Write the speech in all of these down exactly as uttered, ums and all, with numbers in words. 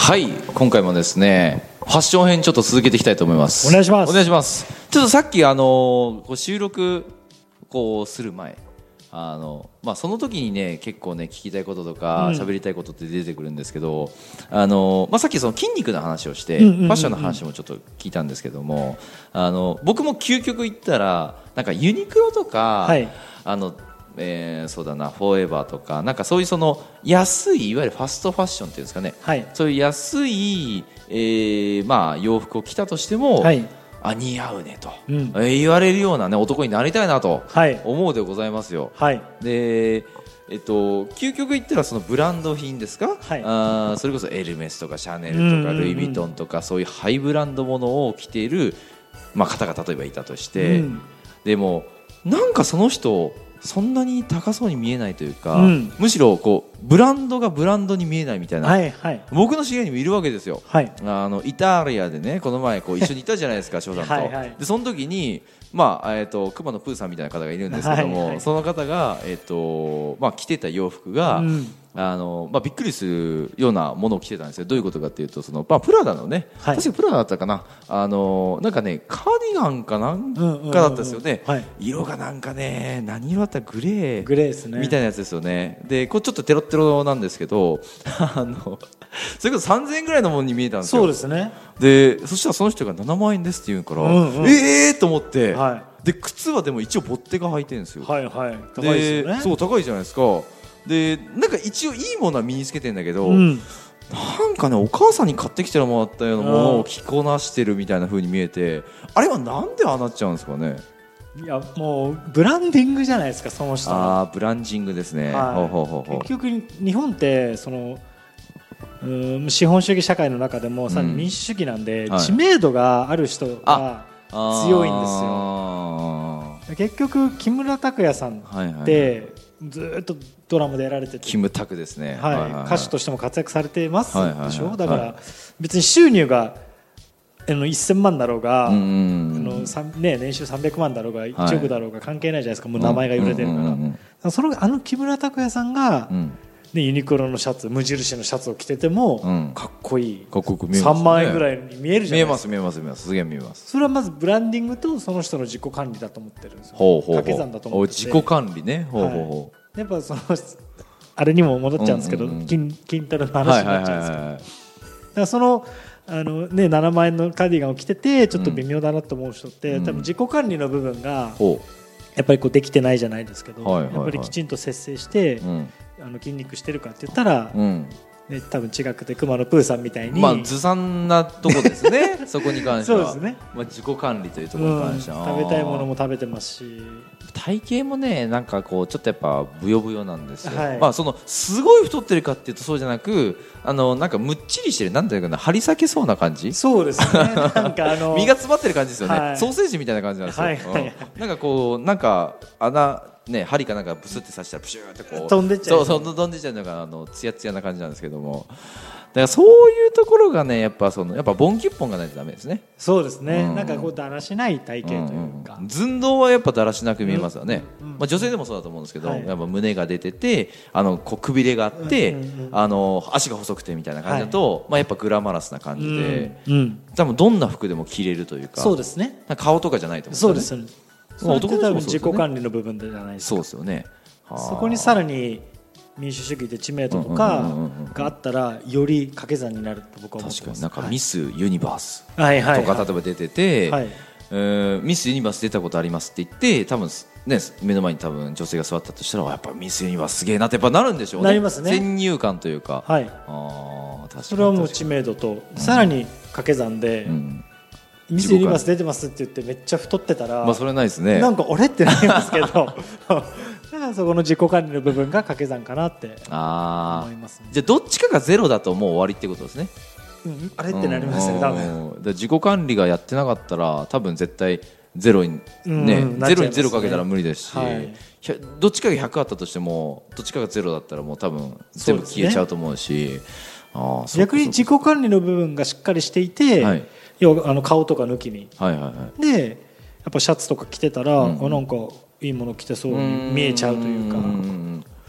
はい、今回もですねファッション編ちょっと続けていきたいと思います。 お願いします。 お願いします。ちょっとさっきあのこう収録こうする前あの、まあ、その時にね結構ね聞きたいこととか喋、うん、りたいことって出てくるんですけど、あの、まあ、さっきその筋肉の話をして、うんうんうんうん、ファッションの話もちょっと聞いたんですけども、あの僕も究極言ったらなんかユニクロとか、はい、あのえー、そうだなフォーエバーとかなんかそういうその安いいわゆるファストファッションっていうんですかね、はい、そういう安い、えーまあ、洋服を着たとしても、はい、あ似合うねと、うん、えー、言われるような、ね、男になりたいなと思うでございますよ、はい、でえっと、究極言ったらそのブランド品ですか、はい、あそれこそエルメスとかシャネルとか、うんうんうん、ルイ・ヴィトンとかそういうハイブランドものを着ている、まあ、方が例えばいたとして、うん、でもなんかその人そんなに高そうに見えないというか、うん、むしろこうブランドがブランドに見えないみたいな、はいはい、僕の知り合いにもいるわけですよ、はい、あのイタリアでねこの前こう一緒にいたじゃないですか翔さんとはい、はい、でその時にまあえー、と熊野プーさんみたいな方がいるんですけども、はいはい、その方が、えーとまあ、着てた洋服が、うんあのまあ、びっくりするようなものを着てたんですよ。どういうことかというとその、まあ、プラダのね、はい、確かプラダだったかな、あのなんかねカーディガンかなんかだったんですよね、うんうんうんはい、色がなんかね何色だったらグレーグレーですねみたいなやつですよね。でこうちょっとテロテロなんですけどあのそれこそさんぜんえんぐらいのものに見えたんですよ。そうですね。でそしたらその人がななまんえんですって言うから、うんうん、ええー、と思って、はい、で靴はでも一応ボッテが履いてるんですよ。はいはい、高いですよね。そう高いじゃないですか。でなんか一応いいものは身につけてるんだけど、うん、なんかねお母さんに買ってきてもらったようなものを着こなしてるみたいな風に見えて、あれはなんでああなっちゃうんですかね。 いやもうブランディングじゃないですかその人の。 あブランジングですね、はい、ほうほうほうほう。 結局日本ってそのうん資本主義社会の中でもさ、うん、民主主義なんで、はい、知名度がある人が強いんですよ。結局木村拓哉さんって、はいはいはい、ずっとドラマでやられててキムタクですね、 はいはいはいはい、歌手としても活躍されていますでしょ、はいはいはい、だから別に収入があのせんまんだろうが、うんうんうん、あのね、年収さんびゃくまんだろうがいちおくだろうが関係ないじゃないですか、もう名前が売れてるから、うんうんうんうん、そのあの木村拓哉さんが、うんでユニクロのシャツ無印のシャツを着てても、うん、かっこいいかっこよく見えますね。さんまんえんぐらいに見えるじゃないですか。 見えます見えます見えますすげえ見えます。 それはまずブランディングとその人の自己管理だと思ってるんですよ。ほうほうほう掛け算だと思ってて自己管理ね。ほうほうほう、 はい、やっぱそのあれにも戻っちゃうんですけど、うんうんうん、筋, 筋トレの話になっちゃうんですけど、はいはいはいはい、だからそのあの、ね、ななまんえんのカーディガンを着ててちょっと微妙だなと思う人って、うん、多分自己管理の部分がやっぱりこうできてないじゃないですけど、はいはいはい、やっぱりきちんと節制して、うんあの筋肉してるかって言ったら、うんね、多分違くて熊野プーさんみたいに、 まあ、ずさんなとこですねそこに関してはそうですね、まあ、自己管理というところに関しては、 うん、食べたいものも食べてますし体型もねなんかこうちょっとやっぱブヨブヨなんですよ、はいまあ、そのすごい太ってるかっていうとそうじゃなくあのなんかむっちりしてるなんていうかな張り裂けそうな感じ。 そうですねなんかあの身が詰まってる感じですよね、はい、ソーセージみたいな感じなんですよ、はいはいはい、うん、なんかこうなんか穴ね、針かなんかブスって刺したらプシューってこう飛んでっちゃう、 そうそう飛んでっちゃうのがあのツヤツヤな感じなんですけども、だからそういうところがねやっぱそのやっぱボンキュッポンがないとダメですね。 そうですね、うんうん、なんかこうだらしない体型というか、 うんうん、寸胴はやっぱだらしなく見えますよね、うんうんまあ、女性でもそうだと思うんですけど、はい、やっぱ胸が出ててあのこうくびれがあって、うんうんうん、あの足が細くてみたいな感じだと、はいまあ、やっぱグラマラスな感じで、うんうん、多分どんな服でも着れるというか。 そうですね、 顔とかじゃないと思うんですよね。そうですそれって多分自己管理の部分じゃないですか。 そうですよね。 そこにさらに民主主義で知名度とかがあったらより掛け算になると僕は思ってます。 確かになんかミスユニバースとか例えば出てて、はいはいえー、ミスユニバース出たことありますって言って多分、ね、目の前に多分女性が座ったとしたらやっぱミスユニバースすげえなってやっぱなるんでしょうね。 なりますね。 先入観というか、はい、 あ確かにそれはもう知名度とさらに掛け算で、うんうんミスユニバース出てますって言ってめっちゃ太ってたら、 まあ、それはないですね。 なんか俺ってなりますけどだからそこの自己管理の部分が掛け算かなって思います、ね、 じゃあどっちかがゼロだともう終わりってことですね、 うん、あれってなりますね多分。 自己管理がやってなかったら多分絶対ゼロに、ねうん、ゼロにゼロかけたら無理ですし、はい、どっちかがひゃくあったとしてもどっちかがゼロだったらもう多分全部消えちゃうと思うし、あ逆に自己管理の部分がしっかりしていて、はい要はあの顔とか抜きに、はいはいはい、でやっぱシャツとか着てたら、うんうん、あなんかいいもの着てそうに見えちゃうというか。っ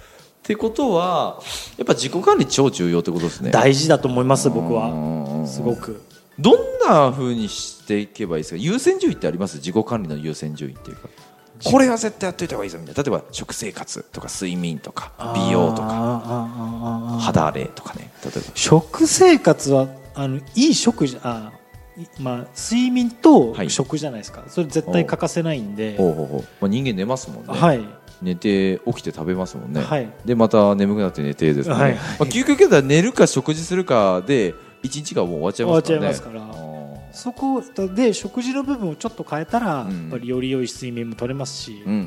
ってことはやっぱ自己管理超重要ってことですね。 大事だと思います僕は。すごく。 どんな風にしていけばいいですか。優先順位ってあります。自己管理の優先順位っていうか、これは絶対やっといた方がいいぞみたいな。例えば食生活とか睡眠とか美容とか肌荒れとかね。例えば食生活はあのいい食事あまあ、睡眠と食じゃないですか、はい、それ絶対欠かせないんで。 ほうほうほう、まあ、人間寝ますもんね、 はい、 寝て起きて食べますもんね、 はい、 でまた眠くなって寝てですね、はい、まあ、究極では寝るか食事するかで一日がもう終わっちゃいますからね。 終わっちゃいますから、そこで食事の部分をちょっと変えたら、うん、やっぱりより良い睡眠も取れますし、うんうんうん、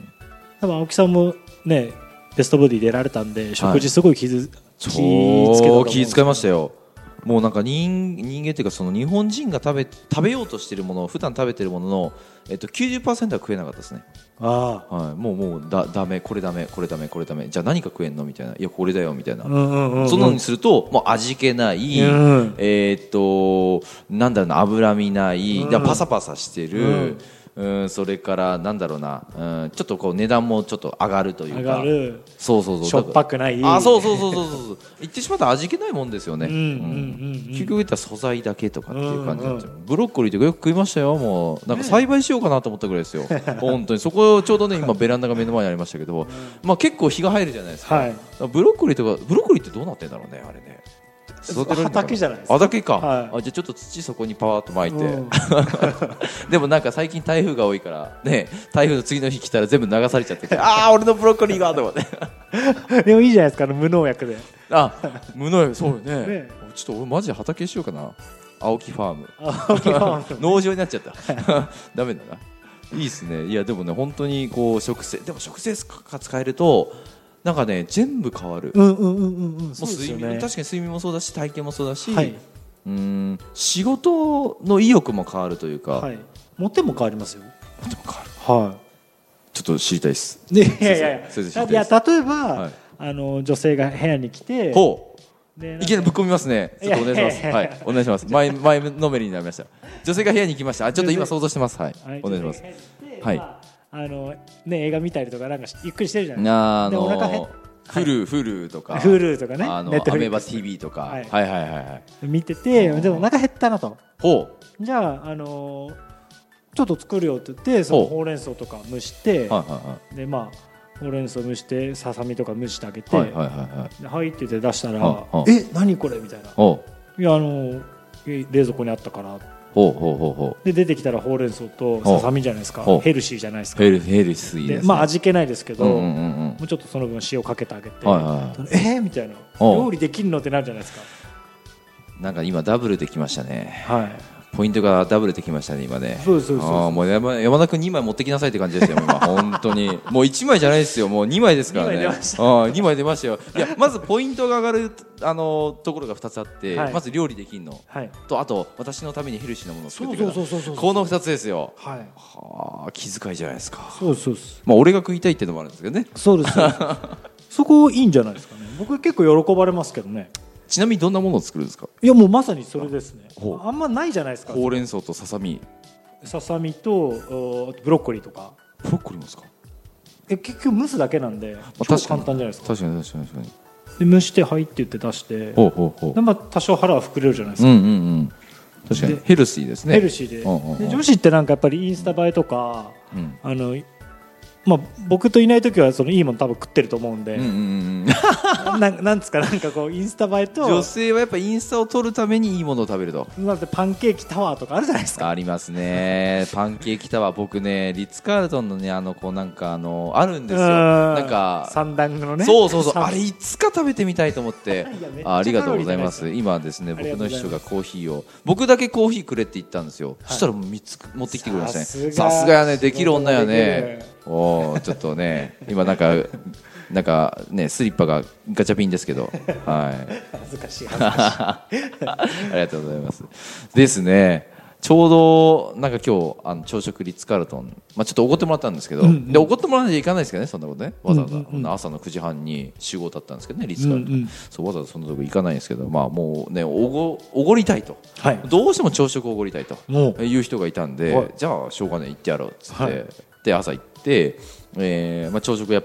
多分青木さんもねベストボディ出られたんで食事すごい気づ、はい、気つけた気遣いましたよ。もうなんか 人, 人間っていうかその日本人が食べ食べようとしているもの、普段食べているものの、えっと、きゅうじゅっパーセントは食えなかったですね。 あ、 はい、もうもうだダメこれダメこれダメこれダメ、じゃあ何か食えんのみたいな、いやこれだよみたいな、うんうんうんうん、そんなのにするともう味気ない、うん、えー、っとなんだろうな、脂身ない、うん、パサパサしてる、うんうん、それからなんだろうな、うん、ちょっとこう値段もちょっと上がるというか、 上がる、 そうそうそう、 しょっぱくない、 あ、そうそうそうそうそう言ってしまったら味気ないもんですよね。結局言ったら素材だけとかっていう感じになっちゃう、うんうん、ブロッコリーとかよく食いましたよ。もうなんか栽培しようかなと思ったぐらいですよ、ね、本当に。そこちょうどね今ベランダが目の前にありましたけど、うん、まあ、結構日が入るじゃないですか、はい、ブロッコリーとかブロッコリーってどうなってんだろうねあれね。 畑じゃないですか。 畑か、 はい、 あ、じゃあちょっと土そこにパワーっと巻いて、うん、でもなんか最近台風が多いからね、台風の次の日来たら全部流されちゃってああ俺のブロッコリーがと思ってでもいいじゃないですか、無農薬で。 あ、無農薬、そうよ ね, ねちょっと俺マジで畑しようかな、青木ファーム青木ファーム農場になっちゃったダメだな。いいですね。いやでもね本当にこう食生でも食生活変えるとなんかね全部変わる。 うんうんうんうんうん。そうですよね。 確かに睡眠もそうだし体型もそうだし、はい、うーん仕事の意欲も変わるというか、はい、 モテも変わりますよ。 モテも変わる。はい。ちょっと知りたいです。 いやいやいや。いや例えば、はい、あの女性が部屋に来て、 ほう。でいきなりぶっ込みますね。ちょっとお願いします。はい、お願いします。前前のめりになりました。女性が部屋に来ました。あ、ちょっと今想像してます。はい。お願いします。はい。 あのね、映画見たりとかなんかゆっくりしてるじゃないですか。 あのー、でお腹へフルフルとかフルとかね、 あのアメバ ティービー とか、はい、はいはいはいはい見てて、でもお腹減ったなと。 ほう。じゃああのー、ちょっと作るよって言ってそのほうれん草とか蒸して、はいはいはい、でまあほうれん草蒸してささみとか蒸してあげて、はいはいはいはい、ではいって言って出したら、はあ、え何これみたいな。いやあのー、冷蔵庫にあったから。 ほうほうほうほう。 で出てきたらほうれん草とささみじゃないですか。ヘルシーじゃないですか。 ヘルヘルシーです、ね、 まあ味気ないですけど、うんうんうん、もうちょっとその分塩かけてあげて、はいはい、えー、みたいな料理できるのってなるじゃないですか。 なんか今ダブルできましたね。 はい。 ポイントがダブルできましたね今ね。 そうそうそうそう。 あもう 山, 山田君にまい持ってきなさいって感じですよ今本当に。もういちまいじゃないですよ、もうにまいですからね。にまい出ました。あにまい出ましたよ。いやまずポイントが上がるあのところがふたつあって、はい、まず料理できるの、はい、とあと私のためにヘルシーなものを作ってくれた、このふたつですよ。はい。はあ気遣いじゃないですか。 そうそうです。 まあ俺が食いたいっていうのもあるんですけどね。 そうですそこいいんじゃないですかね。僕結構喜ばれますけどね。 ちなみにどんなものを作るんですか。 いやもうまさにそれですね。 あ, あんまないじゃないですか。 ほうれん草とささみささみとブロッコリーとか。 ブロッコリーもですか。 え結局蒸すだけなんで、まあ、超簡単じゃないですか。 確かに確かに確かに。 で蒸してはいって言って出してほうほうほう、まあ、多少腹は膨れるじゃないですか。 うんうんうん、確かにヘルシーですね。 ヘルシー で,、うんうんうん、で女子ってなんかやっぱりインスタ映えとか、うん、あのまあ、僕といないときはそのいいもの多分食ってると思うんで、うんうんうん、な, なんつかなんかこうインスタ映えと女性はやっぱインスタを撮るためにいいものを食べると。 だってパンケーキタワーとかあるじゃないですか。 ありますねパンケーキタワー。僕ねリッツカールトンのねあのこうなんかあのあるんですよ。なんか三段のね。 そうそうそうあれいつか食べてみたいと思ってあ, ありがとうございます。今ですね僕の秘書がコーヒーを僕だけコーヒーくれって言ったんですよ、はい、そしたらもうみっつ持ってきてくれましたね。さすがやねできる女やね。おちょっとね今なんかなんかねスリッパがガチャピンですけど、はい。 恥ずかしい恥ずかしいありがとうございますですね。ちょうどなんか今日あの朝食リッツカールトン、まあ、ちょっとおごってもらったんですけど、うんうん、でおごってもらわないといかないですけどねそんなことね。わざわざ、うんうんうん、朝のくじはんに集合だったんですけどねリッツカールトン、うんうん、そうわざわざそんなとこ行かないんですけど、まあ、もうねおご、おごりたいと、はい、どうしても朝食をおごりたいという人がいたんで、じゃあしょうがない行ってやろうっつって、はい、で朝行って、えーまあ、朝食やっぱ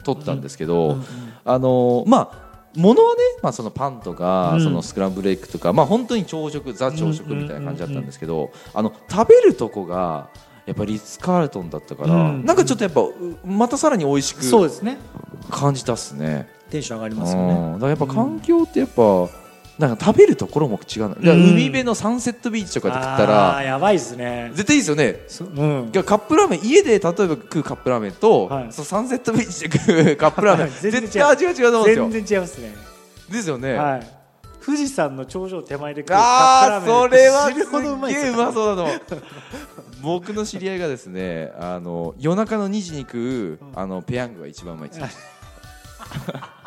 取ったんですけど、 うんうん、 あのまあ物はね、まあ、そのパンとか、 うん、 そのスクランブルエッグとか、まあ、本当に朝食ザ朝食みたいな感じだったんですけど、あの食べるとこがやっぱりリッツ・カールトンだったから、うん、なんかちょっとやっぱまたさらに美味しく感じたっすね。 テンション上がりますよね、 うん、だからやっぱ環境ってやっぱ、なんか食べるところも違う、だから海辺のサンセットビーチとかで食ったら、 あーやばいですね、 絶対いいですよね、うん、カップラーメン家で例えば食うカップラーメンと、はい、そのサンセットビーチで食うカップラーメン絶対味が違うと思うんですよ。 全然違いますね。 ですよね、はい、 富士山の頂上手前で食うカップラーメン、それはすっげえうまそうだと僕の知り合いがですね、あの夜中のにじに食う、うん、あのペヤングが一番うまいって言ってました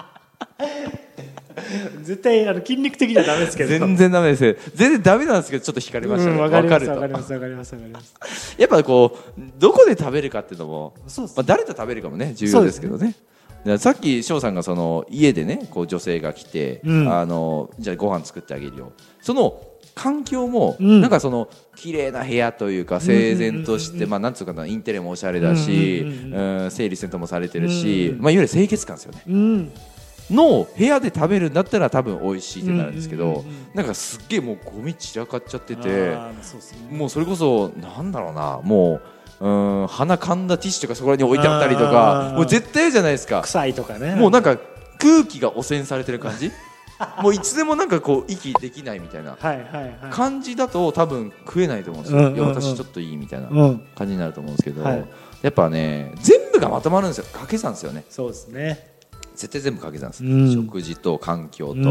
絶対あの筋肉的にはダメですけど、 全然ダメです。全然ダメなんですけど、ちょっと惹かれましたね。 わ、うん、かりますわかりますわかりますわかります。 やっぱこうどこで食べるかっていうのも、そうですね、まあ、誰と食べるかもね重要ですけどね。さっき翔さんがその家でね、こう女性が来て、うん、あのじゃあご飯作ってあげるよ。その環境も、うん、なんかその綺麗な部屋というか整然として、まあなんつうかな、インテリもおしゃれだし、整理整頓もされてるし、まあいわゆる清潔感ですよね。うんの部屋で食べるんだったら多分美味しいってなるんですけど、うんうんうんうん、なんかすっげえもうゴミ散らかっちゃってて、そうですね、もうそれこそなんだろうな、もう、うん、鼻かんだティッシュとかそこらに置いてあったりとか、もう絶対じゃないですか、 臭いとかね、 もうなんか空気が汚染されてる感じもういつでもなんかこう息できないみたいな感じだと多分食えないと思うんですよ、うんうんうん、いや私ちょっといいみたいな感じになると思うんですけど、はい、やっぱね全部がまとまるんですよ、掛け算ですよね。 そうですね、 絶対全部掛け算です、うん、食事と環境と、うん、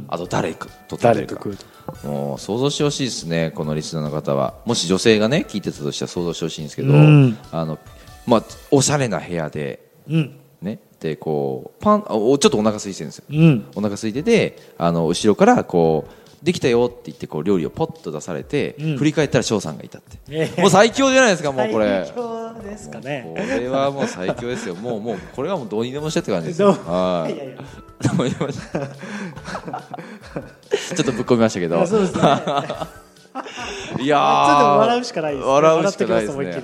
あと誰と食べるか、もう想像してほしいですね、このリスナーの方は。もし女性がね聞いてたとしたら想像してほしいんですけど、うん、あのまあ、おしゃれな部屋で、うんね、でこうパンあちょっとお腹空いてるんですよ、うん、お腹空いてて、あの後ろからこうできたよって言ってこう料理をポッと出されて、うん、振り返ったら翔さんがいたって、えー、もう最強じゃないですか、もうこれ最強ですかね。 これはもう最強ですよ。もうもうこれはもうどうにでもしてって感じですよ。はい。いやいやどうにでもしちょっとぶっ込みましたけど。そうですね。いやー、 ちょっと笑うしかないですね。 笑うしかないですね。はい、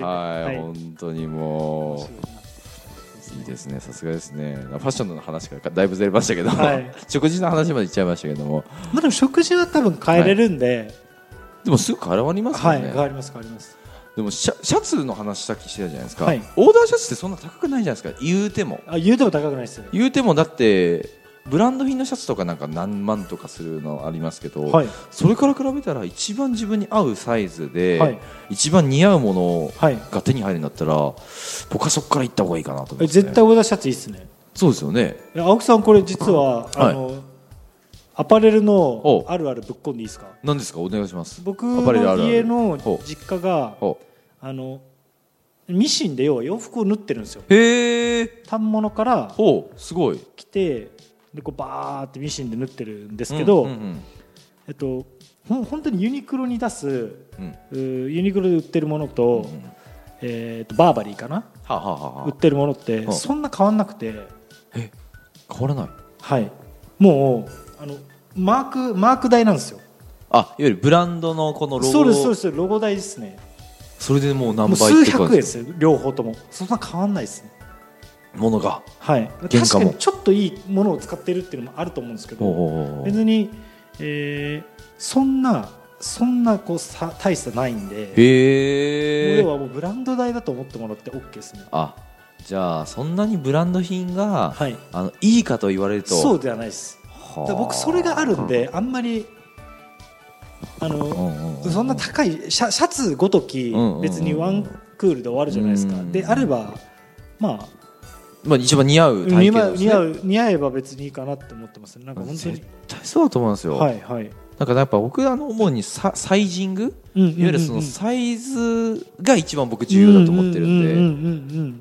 はい、本当にもういいですね、さすがですね。ファッションの話からだいぶずれましたけど、はい、食事の話までいっちゃいましたけども、 まあでも食事は多分変えれるんで、はい、 でもすぐ変わりますよね。 はい、変わります変わります。 でもシャ、シャツの話さっきしてたじゃないですか、はい、オーダーシャツってそんな高くないじゃないですか、言うても。 あ、言うても高くないですよ。 言うてもだってブランド品のシャツとかなんか何万とかするのありますけど、はい、それから比べたら一番自分に合うサイズで、はい、一番似合うものが手に入るんだったら、はい、僕はそこから行った方がいいかなと思います、ね、 絶対オーダーシャツいいっすね。 そうですよね。 青木さんこれ実は、あの、はい、アパレルのあるあるぶっ込んでいいですか。 何ですか、お願いします。 僕の家の実家があのミシンで要は洋服を縫ってるんですよ。へー。反物からすごい来て、でこうバーってミシンで縫ってるんですけど、うんうんうん、えっとほ本当にユニクロに出す、うん、ユニクロで売ってるものと、うんうん、えー、とバーバリーかな、はあはあはあ、売ってるものってそんな変わんなくて。 え、変わらない。 はい、もうあのマークマーク代なんですよ。 あ、いわゆるブランドのこのロゴ。 そうですそうです、ロゴ代ですね。 それでもう何倍って数百円ですよ、両方とも。そんな変わんないですね、 ものが。 はい、確かにちょっといいものを使ってるっていうのもあると思うんですけど、別に、えー、そんなそんなこうさ大差ないんで、へー、要はもうブランド代だと思ってもらって OK ですね。 あ、じゃあそんなにブランド品が、はい、あのいいかと言われるとそうではないです。僕それがあるんで、あんまりあの、うんうん、そんな高いシャ、シャツごとき別にワンクールで終わるじゃないですか、うんうん、であればまあまあ、一番似合う体型ですね。 似合う、似合えば別にいいかなって思ってますね。なんか本当に絶対そうだと思うんですよ。はいはい。なんかやっぱ僕あの思うにササイジング、うんうんうんうん、いわゆるそのサイズが一番僕重要だと思ってるんで、うんうんうんうん、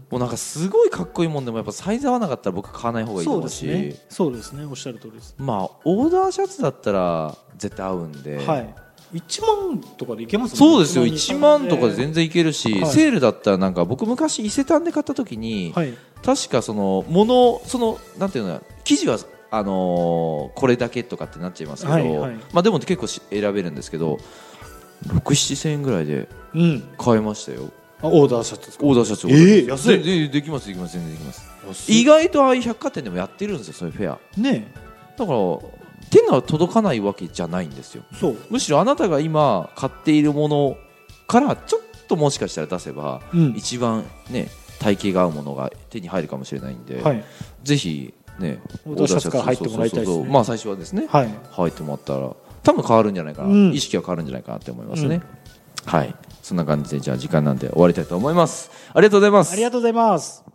もうなんかすごいかっこいいもんでもやっぱサイズ合わなかったら僕買わない方がいいと思うし。 そうですね。そうですね。おっしゃる通りです。 まあオーダーシャツだったら絶対合うんで。 はい。いちまんとかでいけますもんね。そうですよ。いちまんとかで全然いけるし、はい、セールだったらなんか僕昔伊勢丹で買った時に、はい、確かそのものそのなんていうの生地はあのー、これだけとかってなっちゃいますけど、はいはい、まあでも結構選べるんですけど、ろく、ななせんえんぐらいで買えましたよ。 あオーダーシャツですか。 オーダーシャツを、 えー、安い。 でできますできます全然できます。意外とああいう百貨店でもやってるんですよそういうフェアね。 だから手が届かないわけじゃないんですよ。 そうむしろあなたが今買っているものからちょっともしかしたら出せば、うん、一番ね体型が合うものが手に入るかもしれないんで、はい、ぜひねオーダーシャツから入ってもらいたいですね。 まあ最初はですね、はい、入ってもらったら多分変わるんじゃないかな、うん、意識は変わるんじゃないかなって思いますね、うん、はいそんな感じでじゃあ時間なんで終わりたいと思います。ありがとうございます。 ありがとうございます。